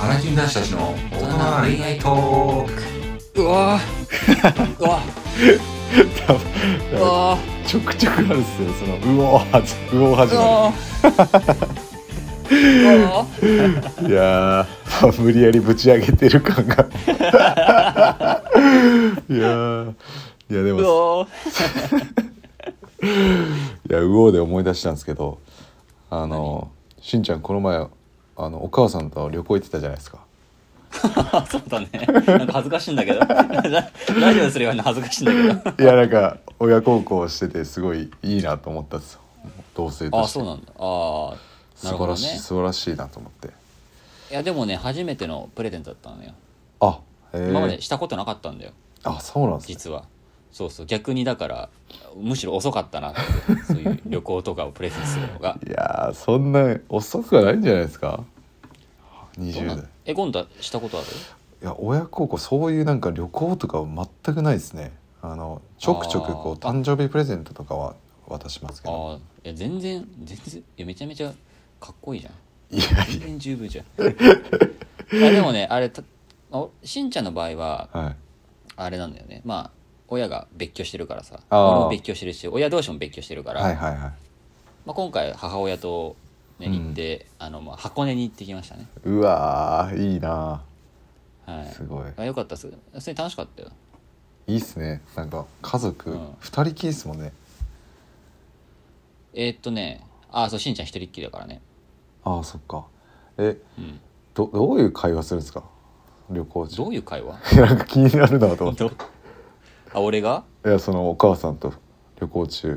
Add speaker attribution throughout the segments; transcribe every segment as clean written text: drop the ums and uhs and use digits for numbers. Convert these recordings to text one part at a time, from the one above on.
Speaker 1: 花金男子たちの大人な恋愛トーク。
Speaker 2: うわーうわうわ
Speaker 3: ちょくちょくあるっすよ、そのうおー始まる。いやー、無理やりぶち上げてる感がいやでもいやうおーで思い出したんですけど、しんちゃんこの前お母さんと旅行行ってたじゃないですか。
Speaker 2: そうだね。なんか恥ずかしいんだけどラジオでするような恥ずかしいんだけど
Speaker 3: いやなんか親孝行しててすごいいいなと思ったんですよ、同性として。
Speaker 2: あ、そうなんだ。ああ、なるほどね。
Speaker 3: 素晴らしいなと思って。
Speaker 2: いやでもね、初めてのプレゼントだったのよ。
Speaker 3: あ、へえ。
Speaker 2: 今までしたことなかったんだよ。
Speaker 3: あ、そうなんですね。
Speaker 2: 実はそう逆にだからむしろ遅かったなってそういう旅行とかをプレゼントするのが
Speaker 3: いやー、そんな遅くはないんじゃないですか。20代。
Speaker 2: 今度はしたことある？
Speaker 3: いや親孝行、そういうなんか旅行とかは全くないですね。ちょくちょくこう誕生日プレゼントとかは渡しますけど。
Speaker 2: いや全然いやめちゃめちゃかっこいいじゃん。
Speaker 3: いや
Speaker 2: 全然十分じゃんでもね、あれしんちゃんの場合は
Speaker 3: はい。
Speaker 2: あれなんだよね。まあ親が別居してるからさ、
Speaker 3: あー
Speaker 2: 俺も別居してるし、親同士も別居してるから、
Speaker 3: はいはいはい。
Speaker 2: まあ、今回母親と、ね、行って箱根に行ってきましたね。
Speaker 3: うわー、いいな
Speaker 2: はい、
Speaker 3: すごい。
Speaker 2: よかったっす。それ楽しかったよ。
Speaker 3: いいっすね。なんか家族
Speaker 2: うん
Speaker 3: 2人きりですもんね。
Speaker 2: そう、しんちゃん一人っきりだからね。
Speaker 3: ああ、そっか。
Speaker 2: うん
Speaker 3: どういう会話するんですか、旅行中。
Speaker 2: どういう会話
Speaker 3: なんか気になるなと思って。
Speaker 2: 俺が
Speaker 3: いや、そのお母さんと旅行中。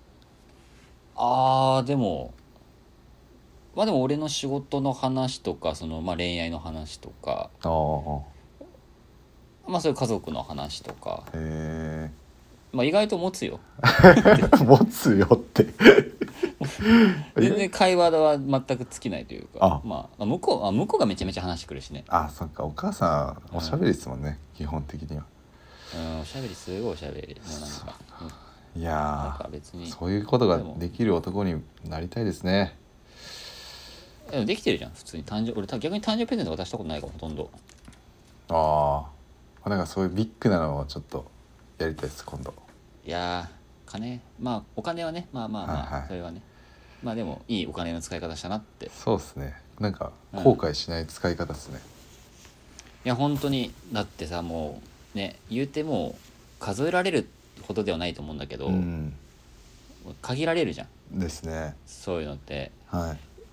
Speaker 2: でも俺の仕事の話とか恋愛の話とか、
Speaker 3: ああ、
Speaker 2: そういう家族の話とか、
Speaker 3: へ
Speaker 2: 意外と持つよ。
Speaker 3: え持つよって
Speaker 2: 全然会話は全く尽きないというか、向こうがめちゃめちゃ話してくるしね。
Speaker 3: あ、そっか。お母さんおしゃべりですもんね、基本的には。
Speaker 2: おしゃべり、すごいおしゃべりのなんか、
Speaker 3: い
Speaker 2: なん
Speaker 3: や
Speaker 2: か別に
Speaker 3: そういうことができる男になりたいですね。
Speaker 2: でもできてるじゃん普通に。俺逆に誕生日プレゼント渡したことないからほとんど。
Speaker 3: ああ、なんかそういうビッグなのをちょっとやりたいです今度。
Speaker 2: いや金、お金はね、
Speaker 3: はいはい、
Speaker 2: それはね、でもいいお金の使い方したなって。
Speaker 3: そうですね。なんか後悔しない使い方ですね。
Speaker 2: いや本当に、だってさ、もうね、言うても数えられるほどではないと思うんだけど、限られるじゃん
Speaker 3: ですね。
Speaker 2: そういうのって。
Speaker 3: はい。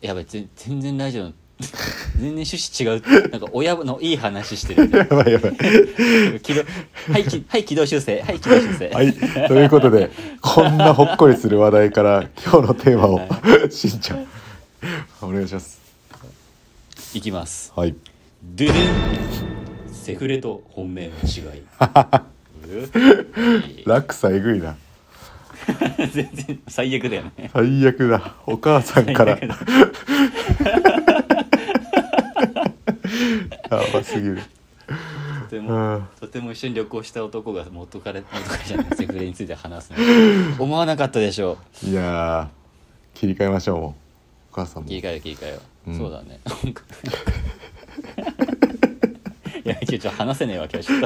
Speaker 2: やばい、全然ラジオの全然趣旨違う。なんか親のいい話してるみたいな。
Speaker 3: やばいやばい
Speaker 2: 軌道修正。はい、軌道修正。
Speaker 3: はい、ということでこんなほっこりする話題から今日のテーマを、しんちゃんお願いします。
Speaker 2: いきます。
Speaker 3: はい。
Speaker 2: ででん、セフレと本命の違い
Speaker 3: 落差えぐいな。
Speaker 2: 全然最悪だよね。
Speaker 3: 最悪だ。お母さんからやばすぎる。
Speaker 2: とても一緒に旅行した男が元彼じゃないセフレについて話すの思わなかったでしょ
Speaker 3: いやー、切り替えましょう。もうお母さんも
Speaker 2: 切り替えよう、そうだねいや今日ちょっと話せねえわ今日ちょっ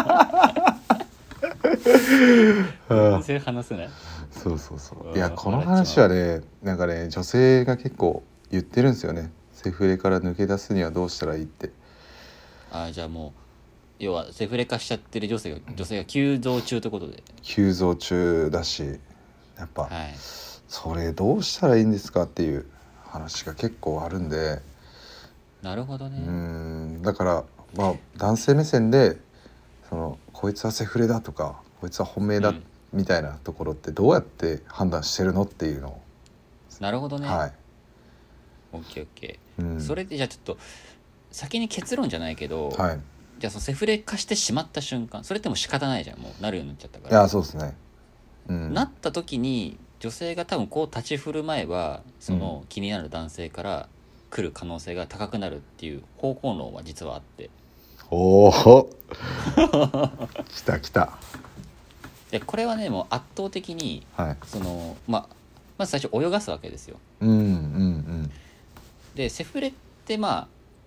Speaker 2: と全然話せない。
Speaker 3: そう。いや、この話はね、なんかね、女性が結構言ってるんですよね。セフレから抜け出すにはどうしたらいいって。
Speaker 2: じゃあもう要はセフレ化しちゃってる女性が急増中ということで。
Speaker 3: 急増中だし、やっぱ、
Speaker 2: はい、
Speaker 3: それどうしたらいいんですかっていう話が結構あるんで。
Speaker 2: なるほどね。
Speaker 3: だから男性目線でこいつはセフレだとかこいつは本命だ、みたいなところってどうやって判断してるのっていうのを。
Speaker 2: なるほどね。
Speaker 3: はい。
Speaker 2: オッケー、それでじゃあちょっと先に結論じゃないけど、
Speaker 3: はい、
Speaker 2: じゃあセフレ化してしまった瞬間、それってもう仕方ないじゃん。もうなるようになっちゃったから。
Speaker 3: いや、そうですね。
Speaker 2: なった時に女性が多分こう立ち振る舞えば気になる男性から来る可能性が高くなるっていう方向論は実はあって。
Speaker 3: おお来た。
Speaker 2: でこれはね、もう圧倒的に、
Speaker 3: はい、
Speaker 2: まず最初泳がすわけですよ。でセフレって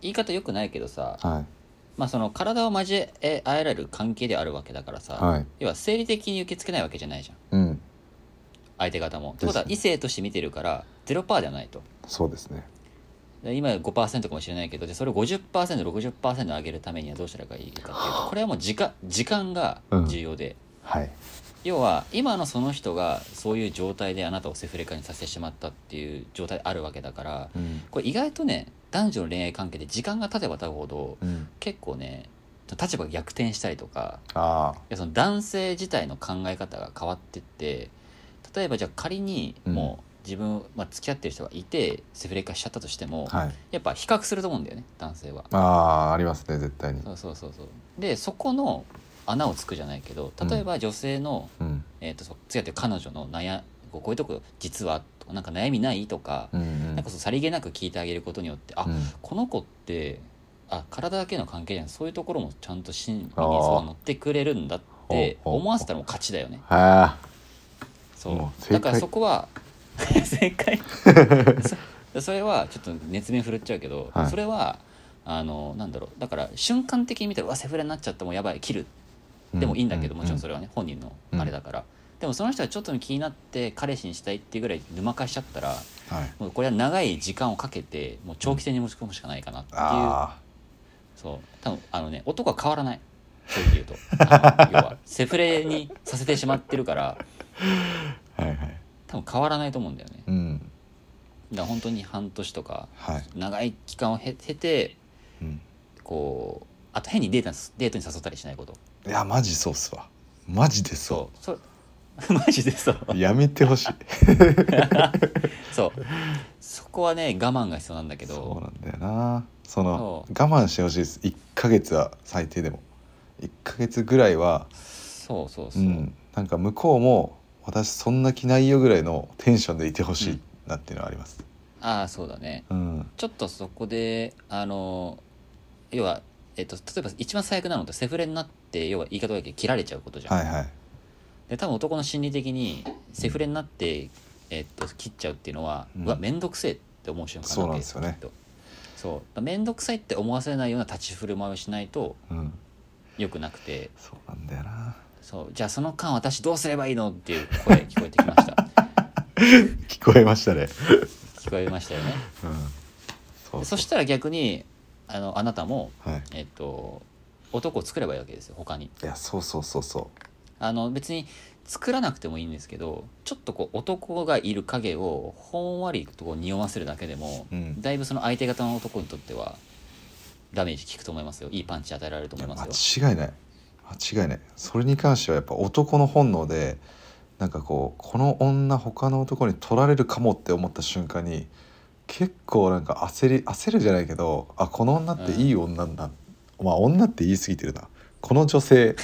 Speaker 2: 言い方良くないけどさ、
Speaker 3: はい
Speaker 2: まあその体を交え合えられる関係であるわけだからさ、
Speaker 3: はい
Speaker 2: 要は生理的に受け付けないわけじゃないじゃん、
Speaker 3: うん
Speaker 2: 相手方も。ってことは異性として見てるから0%ではないと。
Speaker 3: そうですね
Speaker 2: で今 5% かもしれないけど、でそれを 50%60% 上げるためにはどうしたらいいかっていうと、これはもう時間が重要で、
Speaker 3: はい
Speaker 2: 要は今のその人がそういう状態であなたをセフレ化にさせてしまったっていう状態であるわけだから、
Speaker 3: うん
Speaker 2: これ意外とね、男女の恋愛関係で時間が経てば経つほど
Speaker 3: うん
Speaker 2: 結構ね、立場が逆転したりとか、
Speaker 3: あ
Speaker 2: いやその男性自体の考え方が変わってって、例えばじゃあ仮にもう自分、付き合ってる人がいてセフレ化しちゃったとしても、
Speaker 3: あはい
Speaker 2: やっぱ比較すると思うんだよね、男性は。
Speaker 3: ありますね絶対に
Speaker 2: そうでそこの穴をつくじゃないけど、例えば女性の、
Speaker 3: うん
Speaker 2: そう付き合ってる彼女のこういうとこ実はとか、なんか悩みないとか、
Speaker 3: うん
Speaker 2: なんかそうさりげなく聞いてあげることによって、この子って体だけの関係じゃない、そういうところもちゃんと親身にそう乗ってくれるんだって思わせたらもう勝ちだよね。
Speaker 3: あ
Speaker 2: そう
Speaker 3: もう正解
Speaker 2: だからそこは正解それはちょっと熱弁振るっちゃうけど、
Speaker 3: はい
Speaker 2: それはなんだろう、だから瞬間的に見たらうわセフレになっちゃった、もうやばい切るでもいいんだけど、もちろんそれはね本人のあれだから、でもその人がちょっと気になって彼氏にしたいっていうぐらい沼化しちゃったら、
Speaker 3: はい
Speaker 2: もうこれは長い時間をかけてもう長期戦に持ち込むしかないかなっていう、
Speaker 3: あ
Speaker 2: そう多分男は変わらない、そういうと要はセフレにさせてしまってるから
Speaker 3: はいはい
Speaker 2: 多分変わらないと思うんだよね。
Speaker 3: うん
Speaker 2: だから本当に半年とか
Speaker 3: はい
Speaker 2: 長い期間を経て
Speaker 3: うん
Speaker 2: こう、あと変にデートに誘ったりしないこと。
Speaker 3: いやマジそうっすわマジで
Speaker 2: そうマジでそう
Speaker 3: やめてほしい
Speaker 2: そうそこはね我慢が必要なんだけ
Speaker 3: そう
Speaker 2: ど、
Speaker 3: なんだよなその
Speaker 2: そ
Speaker 3: 我慢してほしいです1ヶ月は最低でも1ヶ月ぐらいは
Speaker 2: そう、
Speaker 3: なんか向こうも私そんな気ないよぐらいのテンションでいてほしいなっていうのはあります
Speaker 2: そうだね。
Speaker 3: うん
Speaker 2: ちょっとそこで要は例えば一番最悪なのってセフレになって、要は言い方だけど切られちゃうことじゃん、
Speaker 3: はいはい
Speaker 2: で多分男の心理的にセフレになって、切っちゃうっていうのは、うわ面倒くせえって思う瞬間
Speaker 3: そうなんですよね
Speaker 2: きっとそう面倒くさいって思わせないような立ち振る舞いをしないと
Speaker 3: うん
Speaker 2: よくなくて、
Speaker 3: そうなんだよな
Speaker 2: そうじゃあその間私どうすればいいのっていう声聞こえてきました
Speaker 3: 聞こえましたね
Speaker 2: 聞こえましたよね。
Speaker 3: うん
Speaker 2: そしたら逆にあなたも、
Speaker 3: はい
Speaker 2: 男を作ればいいわけですよ、他に。
Speaker 3: いやそうそ
Speaker 2: 別に作らなくてもいいんですけど、ちょっとこう男がいる影をほんわりとこう匂わせるだけでも、
Speaker 3: うん
Speaker 2: だいぶその相手方の男にとってはダメージ効くと思いますよ。いいパンチ与えられると思いますよ。
Speaker 3: 間違いない間違いないそれに関してはやっぱ男の本能でなんかこの女他の男に取られるかもって思った瞬間に結構なんか焦るじゃないけどこの女っていい女なんだ、まあ女って言い過ぎてるなこの女性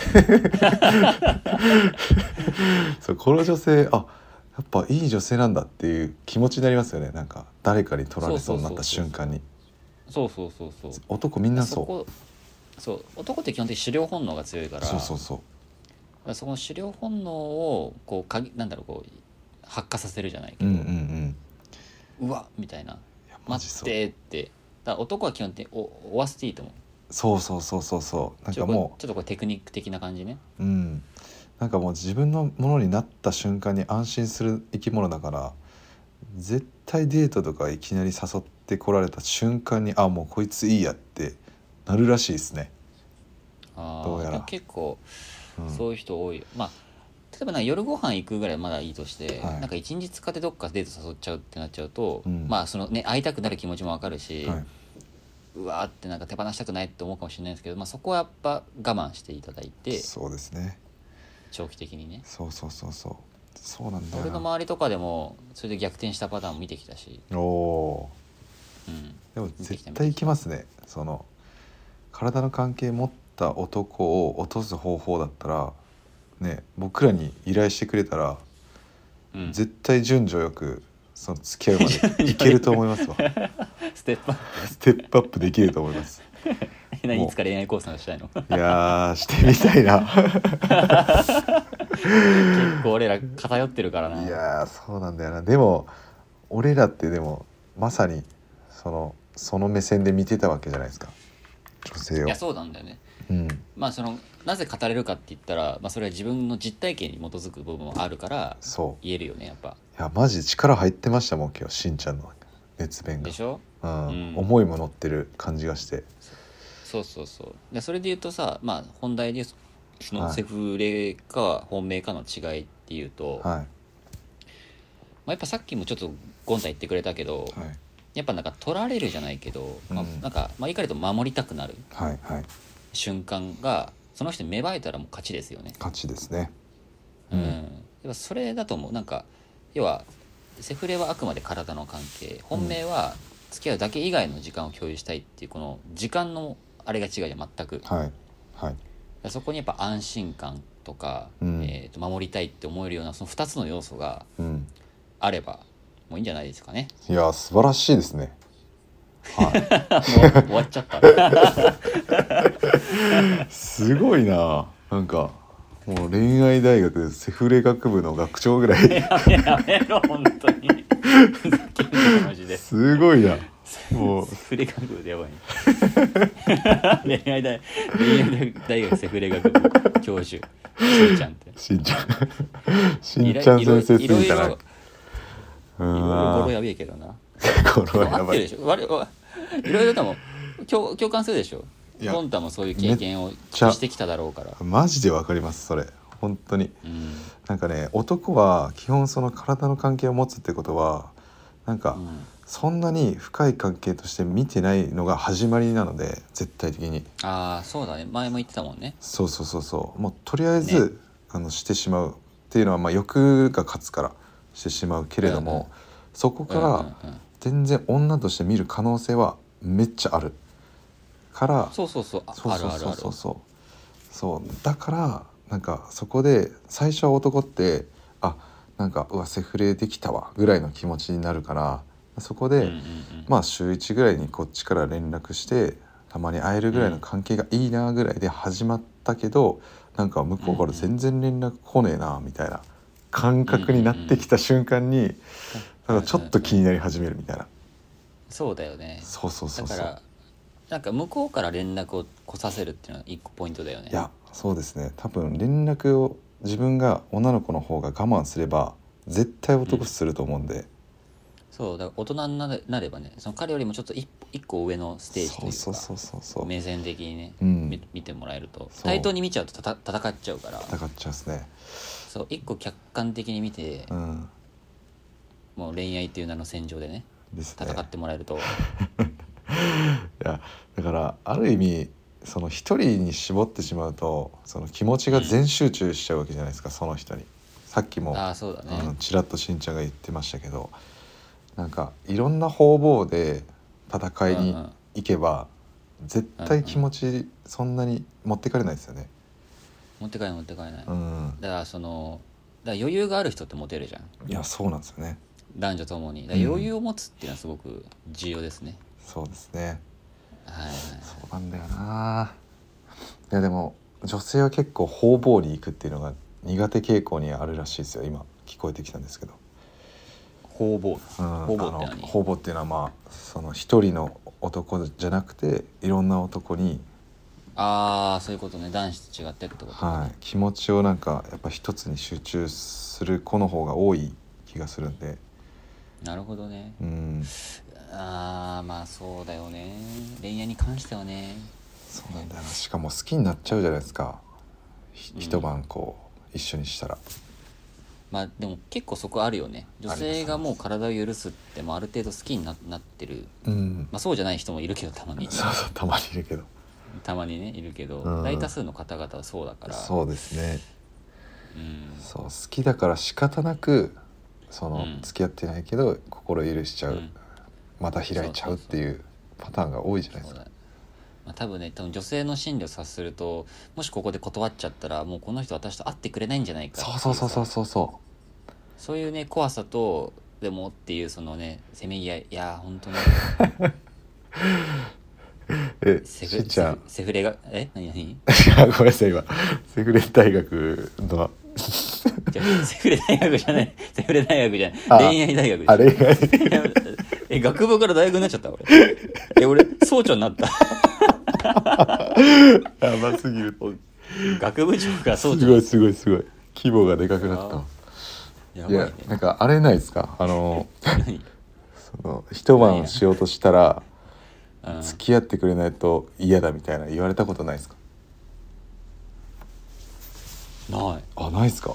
Speaker 3: そうこの女性やっぱいい女性なんだっていう気持ちになりますよね。なんか誰かに取られそうになった瞬間に
Speaker 2: そう
Speaker 3: 男みんなそう
Speaker 2: そう男って基本的に狩猟本能が強いから、
Speaker 3: そう
Speaker 2: だからそこの狩猟本能をこうなんだろう、こう発火させるじゃないけど、うわみたいな、待ってってだから男は基本的に追わせていいと思う。
Speaker 3: そうなんかも
Speaker 2: ちょっとこれテクニック的な感じね。
Speaker 3: なんかもう自分のものになった瞬間に安心する生き物だから絶対デートとかいきなり誘ってこられた瞬間にもうこいついいやってなるらしいですね。どうやら
Speaker 2: 結構そういう人多い、例えば夜ご飯行くぐらいまだいいとして、なんか1日使ってどっかデート誘っちゃうってなっちゃうと、そのね会いたくなる気持ちもわかるし、うわーってなんか手放したくないって思うかもしれないですけど、そこはやっぱ我慢していただいて、
Speaker 3: そうですね
Speaker 2: 長期的にね。
Speaker 3: そうなんだよな。
Speaker 2: 俺の周りとかでもそれで逆転したパターンも見てきたし、
Speaker 3: でも絶対行きますね。その体の関係持った男を落とす方法だったらね、僕らに依頼してくれたら、絶対順序よくその付き合うまでいけると思いますわ
Speaker 2: ステップ
Speaker 3: アップできると思います
Speaker 2: いつか恋愛コースがしたいの
Speaker 3: いやしてみたいな
Speaker 2: 結構俺ら偏ってるからな。
Speaker 3: いやそうなんだよな。でも俺らってでもまさにそのその目線で見てたわけじゃないですか、女性を。
Speaker 2: いやそうなんだよね。
Speaker 3: うん、
Speaker 2: まあそのなぜ語れるかって言ったら、まあ、それは自分の実体験に基づく部分もあるから
Speaker 3: そう
Speaker 2: 言えるよねやっぱ。
Speaker 3: いやマジ力入ってましたもん今日、しんちゃんの熱弁が。
Speaker 2: でしょ、
Speaker 3: 思いも乗ってる感じがして。
Speaker 2: そうそうそう。でそれで言うとさ、まあ本題でそのセフレか本命かの違いっていうと、
Speaker 3: はい、
Speaker 2: まあ、やっぱさっきもちょっとゴンタ言ってくれたけど、
Speaker 3: はい、
Speaker 2: やっぱなんか取られるじゃないけど、まあ、なんか、まあ、言い換えると守りたくなる
Speaker 3: はいはい、
Speaker 2: 瞬間がその人に芽生えたらもう勝ちですよね。
Speaker 3: 勝ちですね。
Speaker 2: やっぱそれだと思う。なんか要はセフレはあくまで体の関係、本命は付き合うだけ以外の時間を共有したいっていうこの時間のあれが違うじゃん全く。
Speaker 3: はいはい、
Speaker 2: そこにやっぱ安心感とか、守りたいって思えるようなその2つの要素があればもういいんじゃないですかね。
Speaker 3: いや素晴らしいですね。
Speaker 2: もう終わっちゃった
Speaker 3: すごいな。なんかもう恋愛大学セフレ学部の学長ぐらい
Speaker 2: やめろ本当にふざけんなマジです
Speaker 3: ごいな。もう
Speaker 2: セフレ学部でやばいね恋愛大学セフレ学部教授しんちゃんって
Speaker 3: しんちゃん先生すぎたな。
Speaker 2: いろいろ語呂やべえけどな。
Speaker 3: これはやばい。
Speaker 2: 合ってるでしょ。いろいろとも共感するでしょ。ゴンタもそういう経験をしてきただろうから。
Speaker 3: マジでわかりますそれ本当に、なんかね男は基本その体の関係を持つってことはなんか、そんなに深い関係として見てないのが始まりなので絶対的に。
Speaker 2: ああそうだね、前も言ってたもんね。
Speaker 3: そうそうそうそう、もうとりあえず、ね、してしまうっていうのはまあ欲が勝つからしてしまうけれども、そこから全然女として見る可能性はめっちゃあるから
Speaker 2: そう
Speaker 3: だからなんかそこで最初は男ってなんかうわセフレできたわぐらいの気持ちになるから、そこで、まあ週1ぐらいにこっちから連絡してたまに会えるぐらいの関係がいいなぐらいで始まったけど、なんか向こうから全然連絡来ねえなみたいな感覚になってきた瞬間になんかちょっと気になり始めるみたいな。
Speaker 2: そうだよね。
Speaker 3: そう
Speaker 2: だからなんか向こうから連絡を来させるっていうのは一個ポイントだよね。
Speaker 3: いやそうですね、多分連絡を自分が女の子の方が我慢すれば絶対男すると思うんで、
Speaker 2: そうだから大人になればね、その彼よりもちょっと一個上のステージというか
Speaker 3: そう
Speaker 2: 目線的にね、見てもらえると対等に見ちゃうと戦っちゃうから。
Speaker 3: 戦っちゃうですね。
Speaker 2: そう一個客観的に見て、もう恋愛っていう名の戦場でね戦ってもらえるとい
Speaker 3: やだからある意味その一人に絞ってしまうとその気持ちが全集中しちゃうわけじゃないですか、その人に。さっきも
Speaker 2: そうだね、
Speaker 3: ちらっとしんちゃんが言ってましたけど、なんかいろんな方々で戦いに行けば、絶対気持ちそんなに持ってかれないですよね。
Speaker 2: 持ってかれない、だからだから余裕がある人ってモテるじゃん。
Speaker 3: いやそうなんですよね、
Speaker 2: 男女ともに。余裕を持つっていうのはすごく重要ですね。
Speaker 3: そうですね、
Speaker 2: はい、
Speaker 3: そうなんだよな。いやでも女性は結構方々に行くっていうのが苦手傾向にあるらしいですよ。今聞こえてきたんですけど。
Speaker 2: 方々、方々って何？
Speaker 3: 方々っていうのはまあその一人の男じゃなくていろんな男に
Speaker 2: そういうことね。男子と違ってってことね。
Speaker 3: 気持ちをなんかやっぱ一つに集中する子の方が多い気がするんで。
Speaker 2: なるほどね。まあそうだよね、恋愛に関してはね。
Speaker 3: そうなんだよな。しかも好きになっちゃうじゃないですか、一晩こう一緒にしたら。
Speaker 2: まあでも結構そこあるよね。女性がもう体を許すってもある程度好きになってる、まあそうじゃない人もいるけどたまに。
Speaker 3: そうたまにいるけど。
Speaker 2: たまにねいるけど、大多数の方々はそうだから。
Speaker 3: そうですね、そう好きだから仕方なくその、付き合ってないけど心許しちゃう、また開いちゃうっていうパターンが多いじゃないですか。
Speaker 2: 多分女性の心理を察すると、もしここで断っちゃったらもうこの人私と会ってくれないんじゃないかっていう。そういうね怖さとでもっていうそのねせめぎ合い。いや本当に
Speaker 3: しんちゃん
Speaker 2: セフレが何
Speaker 3: ごめんなさい、今セフレ大学の
Speaker 2: セフレ大学じゃない、セフレ大学じゃない、恋愛大学です。
Speaker 3: 恋愛
Speaker 2: 学部から大学になっちゃった俺。俺総長になった。
Speaker 3: やばすぎる。
Speaker 2: 学部長が総長。
Speaker 3: すごい規模がでかくなった。
Speaker 2: やばいね。
Speaker 3: いやなんかあれないですか、
Speaker 2: 何
Speaker 3: その一晩しようとしたら
Speaker 2: うん
Speaker 3: 付き合ってくれないと嫌だみたいな言われたことないですか？
Speaker 2: ない。
Speaker 3: あ、ないですか？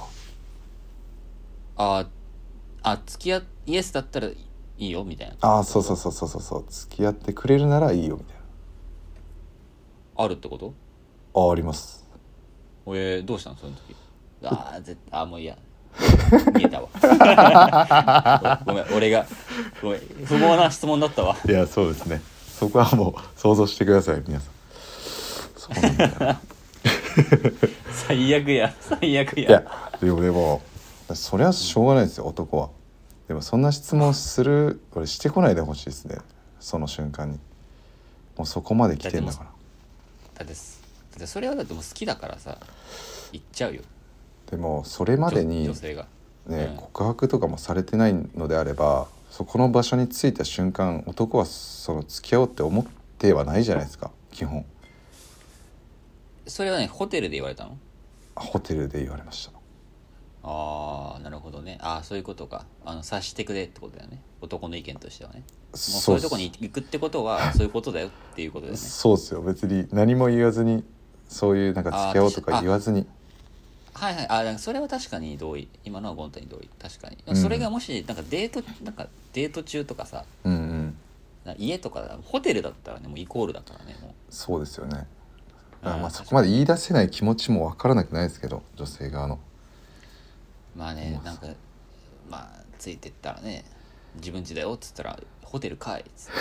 Speaker 2: 付き合イエスだったらいいよみたいな。
Speaker 3: あ、そう付き合ってくれるならいいよみたい
Speaker 2: あるってこと？
Speaker 3: な。あります。
Speaker 2: どうしたのその時。もういいや。見えたわ。ごめん俺がごめん不毛な質問だったわ。
Speaker 3: いやそうですね、そこはもう想像してください皆さん。そうなんだよな。
Speaker 2: 最悪や。
Speaker 3: いやでもそりゃしょうがないですよ男は。でもそんな質問する俺してこないでほしいですね。その瞬間にもうそこまで来てんだから。
Speaker 2: だってそれはだってもう好きだからさ言っちゃうよ。
Speaker 3: でもそれまでに
Speaker 2: 女性が
Speaker 3: ね、告白とかもされてないのであればそこの場所に着いた瞬間男はその付き合おうって思ってはないじゃないですか基本。
Speaker 2: それはねホテルで言われたの？
Speaker 3: ホテルで言われました。
Speaker 2: ああなるほどね。そういうことか。察してくれってことだよね。男の意見としてはね。もう
Speaker 3: そ
Speaker 2: そういうとこに行くってことはそういうことだよっていうことだよね。
Speaker 3: そうですよ。別に何も言わずにそういうなんか付き合おうとか言わずに。
Speaker 2: はいはい。なんかそれは確かに同意。今のはゴンタに同意。確かに。それがもしなんかデート中とかさ、家とかホテルだったらねもうイコールだからねもう。
Speaker 3: そうですよね。だからまあそこまで言い出せない気持ちも分からなくないですけど女性側の。
Speaker 2: まあねなんかまあついてったらね自分家だよっつったらホテルかいっつ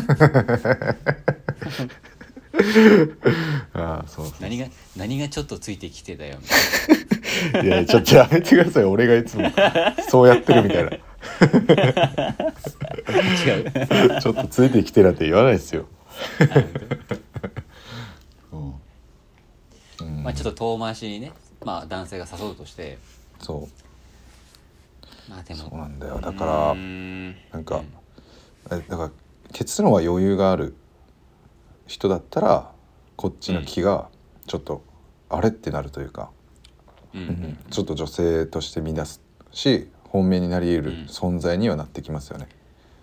Speaker 2: って
Speaker 3: そう
Speaker 2: 何がちょっとついてきてだよみたいな。
Speaker 3: いやちょっとやめてください。俺がいつもそうやってるみたいな。
Speaker 2: 違う。
Speaker 3: ちょっとついてきてなんて言わないですよ。
Speaker 2: まあちょっと遠回しにねまあ男性が誘うとしてまあでも
Speaker 3: そうなんだよ。だからなんかだから結論は余裕がある人だったらこっちの気がちょっとあれってなるというか、ちょっと女性として見出すし本命になり得る存在にはなってきますよね。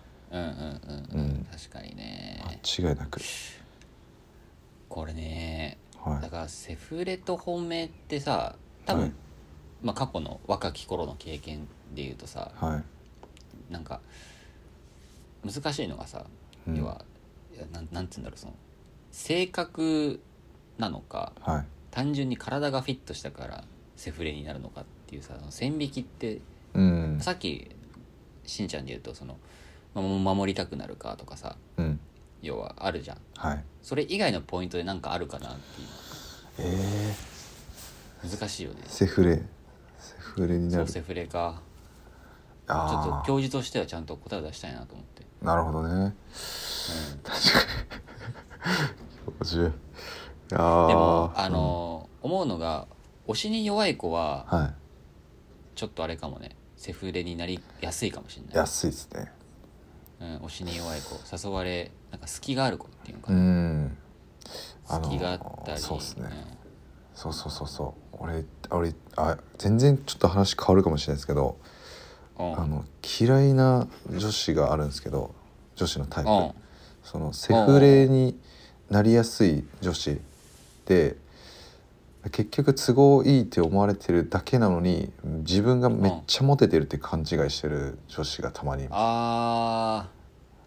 Speaker 2: 確かにね。
Speaker 3: 間違いなく
Speaker 2: これね、
Speaker 3: はい、
Speaker 2: だからセフレと本命ってさ多分、まあ、過去の若き頃の経験でいうとさ、なんか難しいのがさ、要はなんつうんだろうその性格なのか、単純に体がフィットしたからセフレになるのかっていうさ線引きって、さっきしんちゃんで言うとその、守りたくなるかとかさ、要はあるじゃん、それ以外のポイントで何かあるかなっていう。難しいよね。セフレ
Speaker 3: になる。
Speaker 2: そうセフレか。ちょっと教授としてはちゃんと答えを出したいなと思って。
Speaker 3: なるほどね、確かに教授。
Speaker 2: でも思うのが推しに弱い子は、ちょっとあれかもねセフレになりやすいかもしれない。
Speaker 3: 安いですね。
Speaker 2: 推しに弱い子誘われなんか隙がある子っていうのかな、隙があったり。
Speaker 3: そうですね、そう俺全然ちょっと話変わるかもしれないですけど、嫌いな女子があるんですけど女子のタイプ、そのセフレになりやすい女子で結局都合いいって思われてるだけなのに自分がめっちゃモテてるって勘違いしてる女子がたまにいます。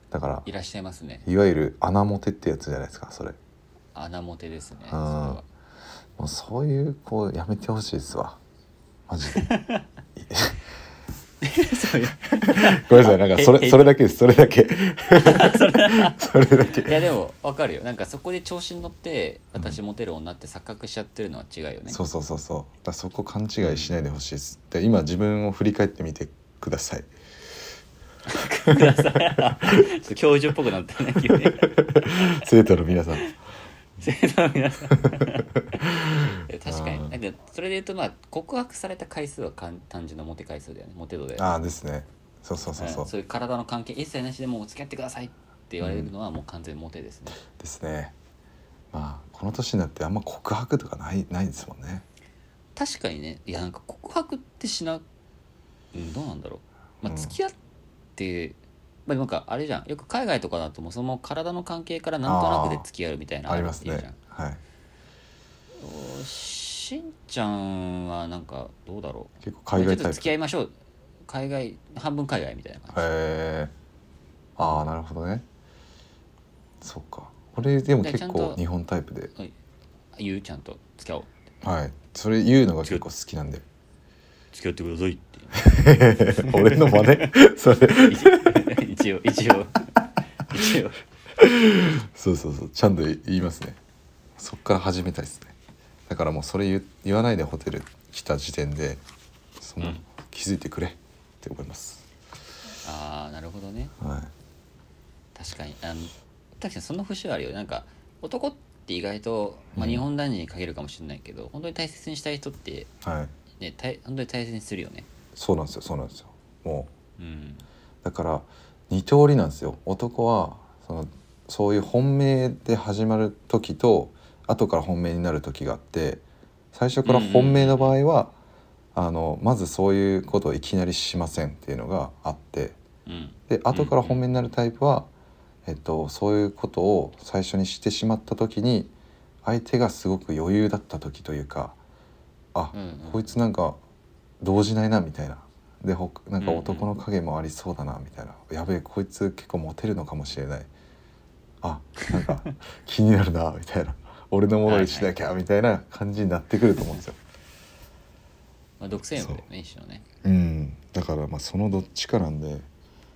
Speaker 3: だから
Speaker 2: いらっしゃいますね。
Speaker 3: いわゆる穴モテってやつじゃないですかそれ。
Speaker 2: 穴モテですね。
Speaker 3: もうそういう子やめてほしいですわマジで。ごめんなさいなんかそれだけですそれだけ。それだけ。
Speaker 2: いやでも分かるよ。なんかそこで調子に乗って私モテる女って錯覚しちゃってるのは違うよね。
Speaker 3: そうだそこ勘違いしないでほしいです。で今自分を振り返ってみてください。
Speaker 2: 教授っぽくなったね急に。
Speaker 3: 生徒の皆さん。
Speaker 2: 確かに。なんかそれで言うと告白された回数は単純なモテ回数だよね。モテ度で。
Speaker 3: ですね。 そうそうそうそう、
Speaker 2: そういう体の関係一切なしでもう付き合ってくださいって言われるのはもう完全モテですね、
Speaker 3: ですね。まあこの年になってあんま告白とかないですもんね。
Speaker 2: 確かにね。いやなんか告白ってどうなんだろう、まあ、付き合って、まあ、なんかあれじゃん、よく海外とかだともうその体の関係からなんとなくで付き合うみたいな
Speaker 3: ありますね。
Speaker 2: っていうじゃん。
Speaker 3: はい。
Speaker 2: しんちゃんはなんかどうだろう、
Speaker 3: 結構海外タイプ。
Speaker 2: ちょっと付き合いましょう、海外半分海外みたいな感じ。
Speaker 3: へえ。ああなるほどね。そっか。俺でも結構日本タイプで、
Speaker 2: 言う、ちゃんと付き合おう、
Speaker 3: はい、それ言うのが結構好きなんで
Speaker 2: 付き合ってくださいって
Speaker 3: 俺の真似それ
Speaker 2: 一応
Speaker 3: そうそうそう、ちゃんと言いますね。そっから始めたいですね。だからもうそれ言わないでホテル来た時点で気づいてくれって思います。
Speaker 2: ああなるほどね。
Speaker 3: はい。
Speaker 2: 確かに確かにその節はあるよ。なんか男って意外と、まあ、日本男児に限るかもしれないけど、本当に大切にしたい人って、
Speaker 3: はい
Speaker 2: ね、本当に大切にするよね。
Speaker 3: そうなんですよ、そうなんですよ。も
Speaker 2: う、
Speaker 3: だから二通りなんですよ。男はそういう本命で始まる時と後から本命になる時があって、最初から本命の場合は、まずそういうことをいきなりしませんっていうのがあって、で後から本命になるタイプは、そういうことを最初にしてしまった時に相手がすごく余裕だった時というか、こいつなんか動じないなみたいな、でなんか男の影もありそうだなみたいな、やべえこいつ結構モテるのかもしれない、なんか気になるなみたいな俺のものにしなきゃみたいな感じになってくると思うんですよ。
Speaker 2: まあ、独占欲だよね、一種のね。
Speaker 3: だからまあそのどっちかなんで。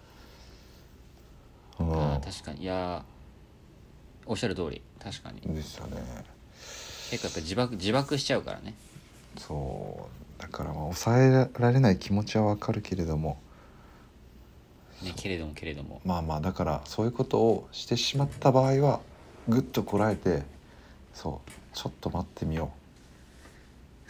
Speaker 2: 確かに。いやおっしゃる通り、確かに
Speaker 3: ですよね。
Speaker 2: 結構やっぱ自爆しちゃうからね。
Speaker 3: そうだからまあ抑えられない気持ちはわかるけれども、
Speaker 2: ね、けれども
Speaker 3: まあまあだからそういうことをしてしまった場合はぐっとこらえて、そうちょっと待ってみよう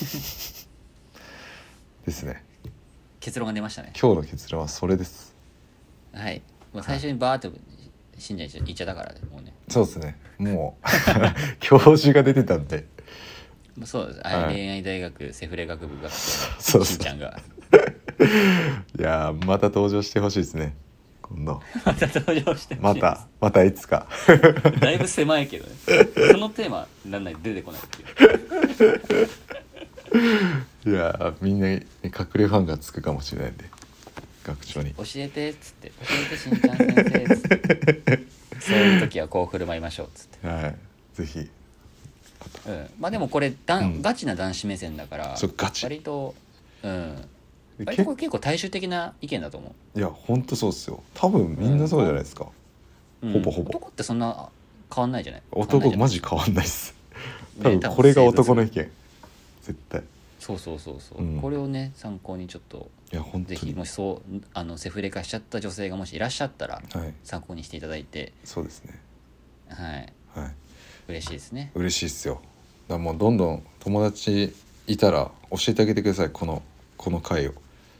Speaker 3: ですね。
Speaker 2: 結論が出ましたね。
Speaker 3: 今日の結論はそれです。
Speaker 2: はい。もう最初にバーって死んじゃいっちゃったからね、もうね。
Speaker 3: そうですね。もう教授が出てたんで。
Speaker 2: そうです。恋愛大学セフレ学部学
Speaker 3: 生の
Speaker 2: しんちゃんが
Speaker 3: いやまた登場してほしいですね、今度。
Speaker 2: また登場してほしい。
Speaker 3: またいつか
Speaker 2: だいぶ狭いけどね、そのテーマなんない出てこないっていう。
Speaker 3: いやみんなに隠れファンがつくかもしれないんで、学長に
Speaker 2: 教えてっつって、教えてしんちゃん先生っつってそういう時はこう振る舞いましょうっつって、
Speaker 3: はい、ぜひ。
Speaker 2: まあでもこれガチな男子目線だから、
Speaker 3: そうガチ
Speaker 2: 割と割とこれ結構大衆的な意見だと思
Speaker 3: う。いやほんとそうっすよ。多分みんなそうじゃないですか、ほぼほぼ。
Speaker 2: 男ってそんな変わんないじゃない。
Speaker 3: 男マジ変わんないっす多分これが男の意見、絶対。
Speaker 2: そう、これをね参考にちょっと、
Speaker 3: いや本当に
Speaker 2: ぜひもしそうセフレ化しちゃった女性がもしいらっしゃったら、参考にしていただいて。
Speaker 3: そうですね。はい、
Speaker 2: 嬉しいですね。
Speaker 3: 嬉しいっすよ。だからもうどんどん友達いたら教えてあげてください、この回を。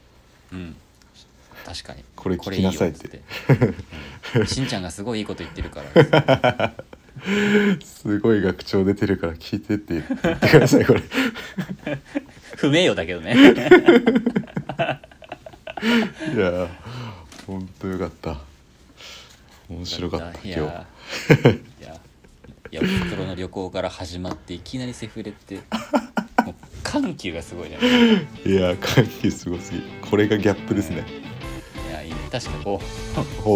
Speaker 2: 確かに
Speaker 3: これ聞きなさいって。
Speaker 2: しんちゃんがすごいいいこと言ってるから
Speaker 3: すごい学長出てるから聞いてって言ってくださいこれ
Speaker 2: 不名誉だけどね
Speaker 3: いやほんとよかった、面白かった今日。
Speaker 2: いや袋の旅行から始まっていきなりセフレってもう緩急がすごいね。
Speaker 3: いや緩急すごすぎ、これがギャップですね。
Speaker 2: いや確かこう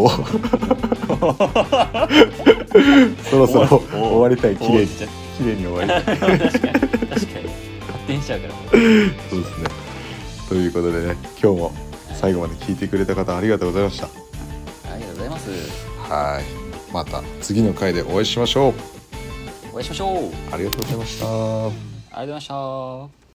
Speaker 3: そろそろ終わりたい、綺麗に終わりたい
Speaker 2: 確かに発展しちゃうから
Speaker 3: そうですね。ということでね、今日も最後まで聞いてくれた方ありがとうございました。
Speaker 2: ありがとうございます。
Speaker 3: はい、また次の回でお会いしましょう。
Speaker 2: お会いしましょう。
Speaker 3: ありがとうございました。
Speaker 2: ありがとうございました。